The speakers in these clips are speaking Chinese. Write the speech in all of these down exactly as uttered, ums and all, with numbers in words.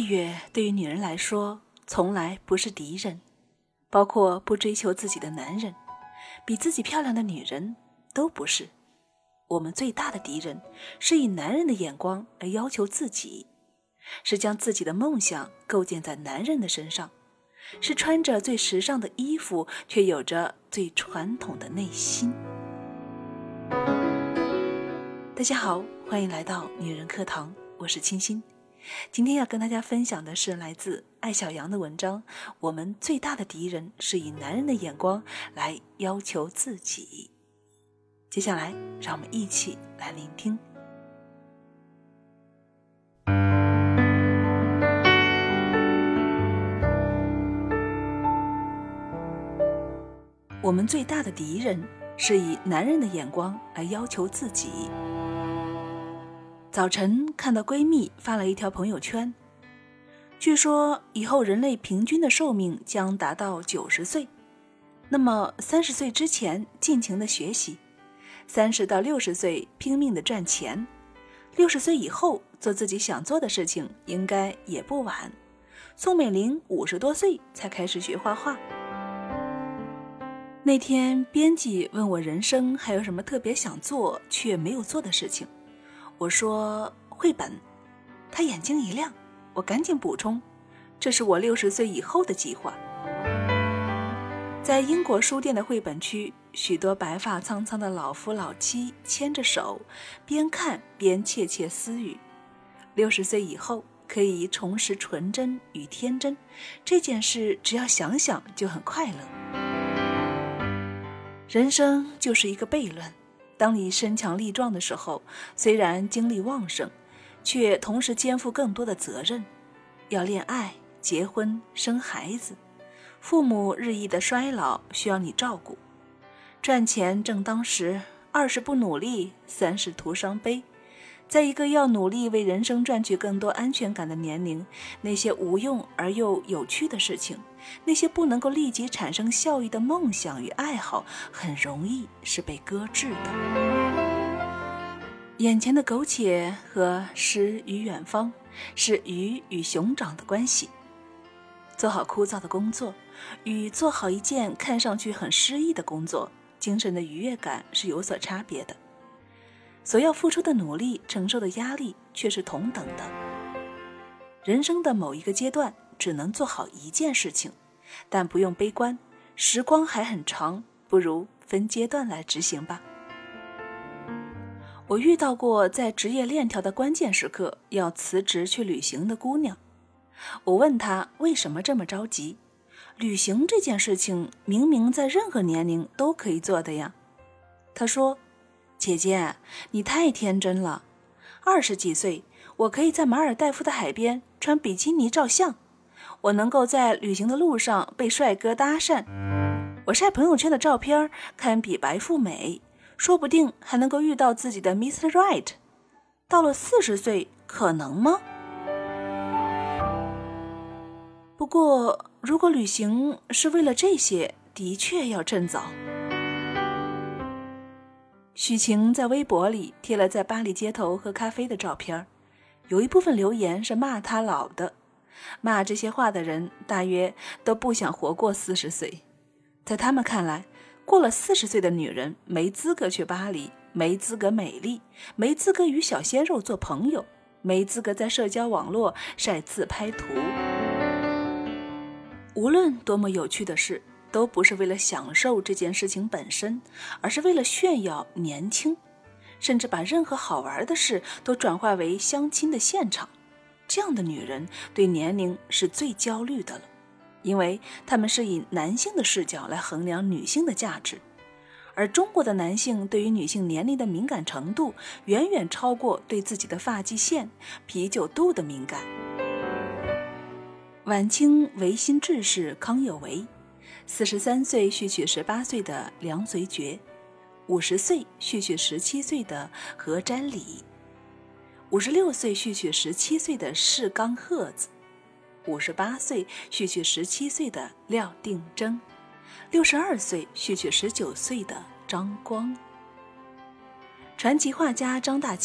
岁月对于女人来说从来不是敌人，包括不追求自己的男人，比自己漂亮的女人都不是。我们最大的敌人是以男人的眼光来要求自己，是将自己的梦想构建在男人的身上，是穿着最时尚的衣服却有着最传统的内心。大家好，欢迎来到女人课堂，我是清新。今天要跟大家分享的是来自艾小羊的文章，我们最大的敌人是以男人的眼光来要求自己。接下来让我们一起来聆听。我们最大的敌人是以男人的眼光来要求自己。早晨看到闺蜜发了一条朋友圈，据说以后人类平均的寿命将达到九十岁，那么三十岁之前尽情的学习，三十到六十岁拼命的赚钱，六十岁以后做自己想做的事情应该也不晚。宋美龄五十多岁才开始学画画。那天编辑问我人生还有什么特别想做却没有做的事情，我说绘本。他眼睛一亮，我赶紧补充，这是我六十岁以后的计划。在英国书店的绘本区，许多白发苍苍的老夫老妻牵着手，边看边窃窃私语。六十岁以后可以重拾纯真与天真，这件事只要想想就很快乐。人生就是一个悖论，当你身强力壮的时候，虽然精力旺盛，却同时肩负更多的责任，要恋爱、结婚、生孩子，父母日益的衰老需要你照顾。赚钱正当时，二十不努力，三十徒伤悲。在一个要努力为人生赚取更多安全感的年龄，那些无用而又有趣的事情，那些不能够立即产生效益的梦想与爱好，很容易是被搁置的。眼前的苟且和诗与远方，是鱼与熊掌的关系。做好枯燥的工作，与做好一件看上去很诗意的工作，精神的愉悦感是有所差别的。所要付出的努力，承受的压力却是同等的。人生的某一个阶段只能做好一件事情，但不用悲观，时光还很长，不如分阶段来执行吧。我遇到过在职业链条的关键时刻要辞职去旅行的姑娘，我问她为什么这么着急，旅行这件事情明明在任何年龄都可以做的呀。她说，姐姐，你太天真了。二十几岁，我可以在马尔代夫的海边穿比基尼照相，我能够在旅行的路上被帅哥搭讪，我晒朋友圈的照片堪比白富美，说不定还能够遇到自己的 mister Right。 到了四十岁，可能吗？不过，如果旅行是为了这些，的确要趁早。许晴在微博里贴了在巴黎街头喝咖啡的照片，有一部分留言是骂她老的，骂这些话的人大约都不想活过四十岁。在他们看来，过了四十岁的女人没资格去巴黎，没资格美丽，没资格与小鲜肉做朋友，没资格在社交网络晒自拍图。无论多么有趣的事，都不是为了享受这件事情本身，而是为了炫耀年轻，甚至把任何好玩的事都转化为相亲的现场。这样的女人对年龄是最焦虑的了，因为她们是以男性的视角来衡量女性的价值，而中国的男性对于女性年龄的敏感程度远远超过对自己的发际线、啤酒肚的敏感。晚清维新志士康有为，四十三岁续娶十八岁的梁随觉，五十岁续娶十七岁的何瞻礼，五十六岁续娶十七岁的释刚赫子，五十八岁续娶十七岁的廖定铮，六十二岁续娶十九岁的张光。传奇画家张大千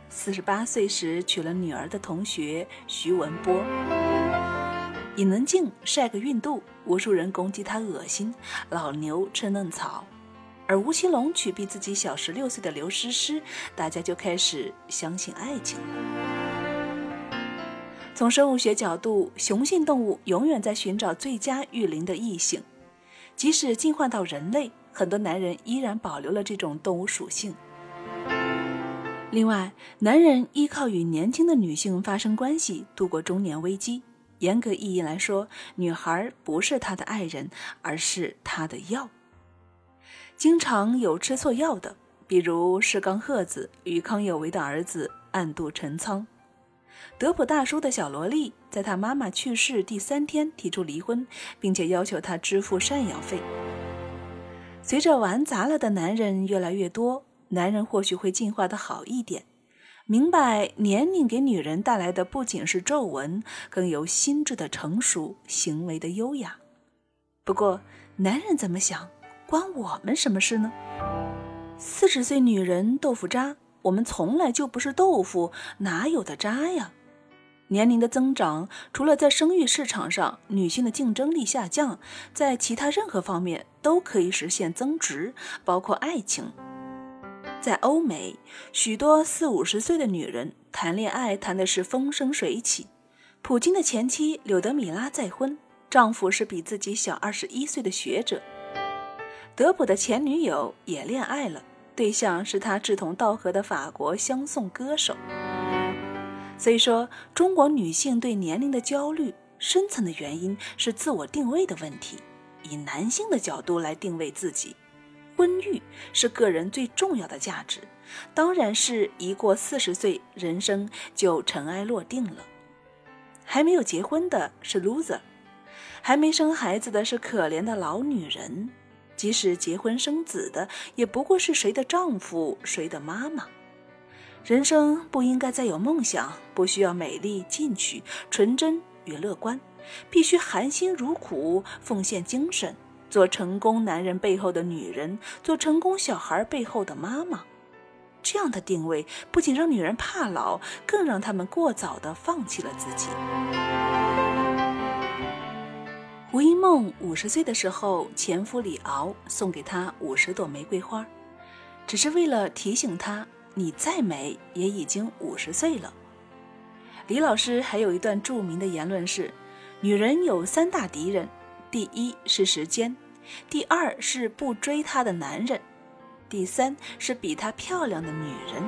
四十八岁时娶了女儿的同学徐文波。尹能静晒个孕肚，无数人攻击他恶心，老牛吃嫩草。而吴奇隆娶比自己小十六岁的刘诗诗，大家就开始相信爱情了。从生物学角度，雄性动物永远在寻找最佳育龄的异性，即使进化到人类，很多男人依然保留了这种动物属性。另外，男人依靠与年轻的女性发生关系度过中年危机。严格意义来说，女孩不是他的爱人，而是他的药。经常有吃错药的，比如石刚鹤子与康有为的儿子暗度陈仓。德普大叔的小萝莉在他妈妈去世第三天提出离婚，并且要求他支付赡养费。随着玩砸了的男人越来越多，男人或许会进化得好一点，明白年龄给女人带来的不仅是皱纹，更有心智的成熟，行为的优雅。不过男人怎么想，关我们什么事呢？四十岁女人豆腐渣，我们从来就不是豆腐，哪有的渣呀？年龄的增长，除了在生育市场上女性的竞争力下降，在其他任何方面都可以实现增值，包括爱情。在欧美，许多四五十岁的女人谈恋爱谈的是风生水起。普京的前妻柳德米拉再婚，丈夫是比自己小二十一岁的学者。德普的前女友也恋爱了，对象是他志同道合的法国香颂歌手。所以说，中国女性对年龄的焦虑，深层的原因是自我定位的问题，以男性的角度来定位自己。婚育是个人最重要的价值，当然是一过四十岁，人生就尘埃落定了。还没有结婚的是 loser， 还没生孩子的是可怜的老女人，即使结婚生子的，也不过是谁的丈夫，谁的妈妈。人生不应该再有梦想，不需要美丽进取、纯真与乐观，必须含辛茹苦、奉献精神，做成功男人背后的女人，做成功小孩背后的妈妈。这样的定位不仅让女人怕老，更让她们过早地放弃了自己。胡因梦五十岁的时候，前夫李敖送给她五十朵玫瑰花，只是为了提醒她，你再美也已经五十岁了。李老师还有一段著名的言论是，女人有三大敌人，第一是时间，第二是不追她的男人，第三是比她漂亮的女人。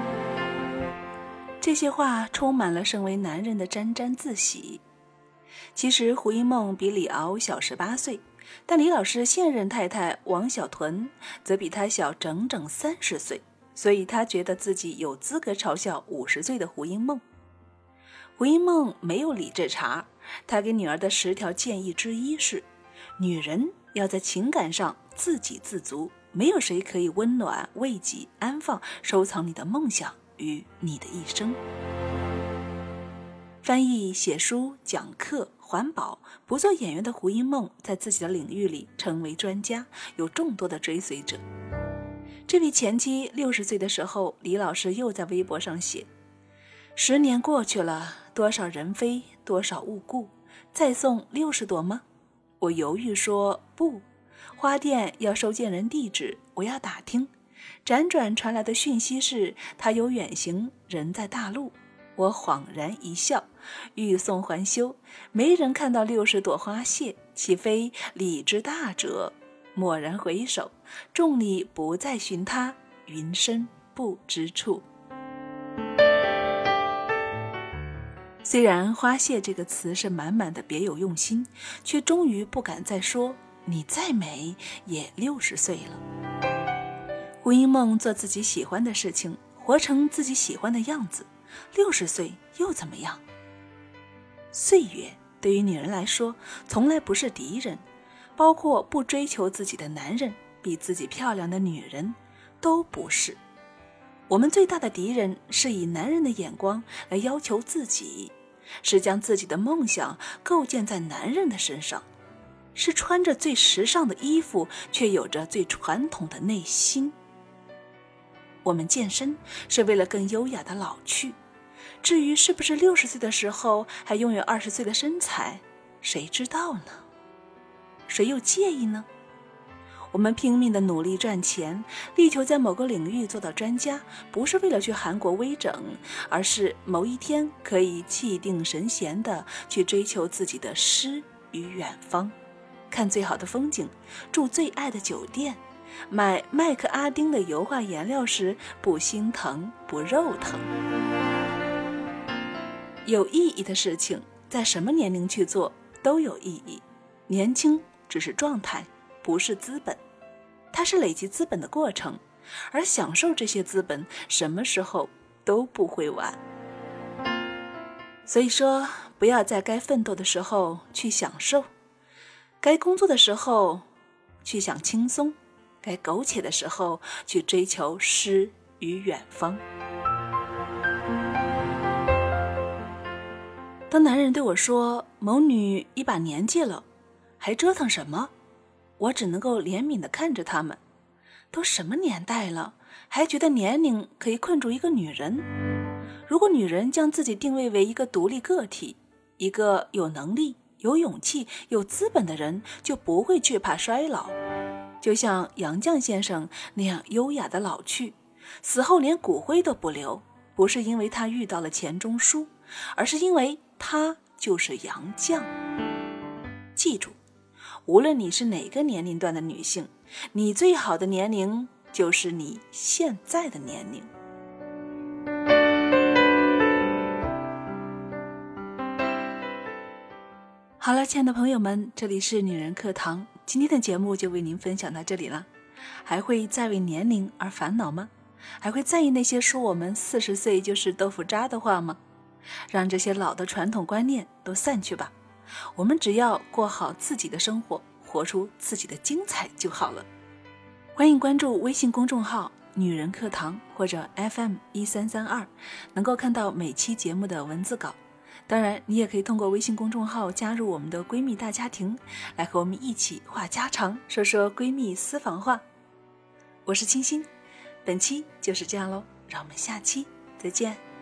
这些话充满了身为男人的沾沾自喜。其实胡因梦比李敖小十八岁，但李老师现任太太王小屯则比他小整整三十岁，所以他觉得自己有资格嘲笑五十岁的胡因梦。胡因梦没有理这茬，他给女儿的十条建议之一是，女人要在情感上自给自足，没有谁可以温暖、慰藉、安放、收藏你的梦想与你的一生。翻译、写书、讲课、环保，不做演员的胡因梦在自己的领域里成为专家，有众多的追随者。这位前妻六十岁的时候，李老师又在微博上写，十年过去了，多少人非，多少误故，再送六十朵吗？我犹豫说不，花店要收件人地址，我要打听。辗转传来的讯息是他有远行，人在大陆。我恍然一笑，欲送还休，没人看到六十朵花谢，岂非礼之大者？蓦然回首，众里不再寻他，云深不知处。虽然花谢这个词是满满的别有用心，却终于不敢再说你再美也六十岁了。胡因梦做自己喜欢的事情，活成自己喜欢的样子，六十岁又怎么样？岁月对于女人来说从来不是敌人，包括不追求自己的男人，比自己漂亮的女人都不是。我们最大的敌人是以男人的眼光来要求自己，是将自己的梦想构建在男人的身上，是穿着最时尚的衣服，却有着最传统的内心。 我们健身是为了更优雅的老去，至于是不是六十岁的时候还拥有二十岁的身材，谁知道呢？谁又介意呢？我们拼命的努力赚钱，力求在某个领域做到专家，不是为了去韩国微整，而是某一天可以气定神闲的去追求自己的诗与远方，看最好的风景，住最爱的酒店，买麦克阿丁的油画颜料时不心疼不肉疼。有意义的事情在什么年龄去做都有意义，年轻只是状态，不是资本，它是累积资本的过程，而享受这些资本什么时候都不会晚。所以说，不要在该奋斗的时候去享受，该工作的时候去想轻松，该苟且的时候去追求诗与远方。当男人对我说，某女一把年纪了，还折腾什么？我只能够怜悯地看着他们，都什么年代了，还觉得年龄可以困住一个女人？如果女人将自己定位为一个独立个体，一个有能力、有勇气、有资本的人，就不会惧怕衰老，就像杨绛先生那样优雅的老去，死后连骨灰都不留，不是因为他遇到了钱钟书，而是因为他就是杨绛。记住，无论你是哪个年龄段的女性，你最好的年龄就是你现在的年龄。好了，亲爱的朋友们，这里是女人课堂，今天的节目就为您分享到这里了。还会再为年龄而烦恼吗？还会在意那些说我们四十岁就是豆腐渣的话吗？让这些老的传统观念都散去吧，我们只要过好自己的生活，活出自己的精彩就好了。欢迎关注微信公众号女人课堂或者 F M 一三三二，能够看到每期节目的文字稿。当然你也可以通过微信公众号加入我们的闺蜜大家庭，来和我们一起话家常，说说闺蜜私房话。我是清新，本期就是这样咯，让我们下期再见。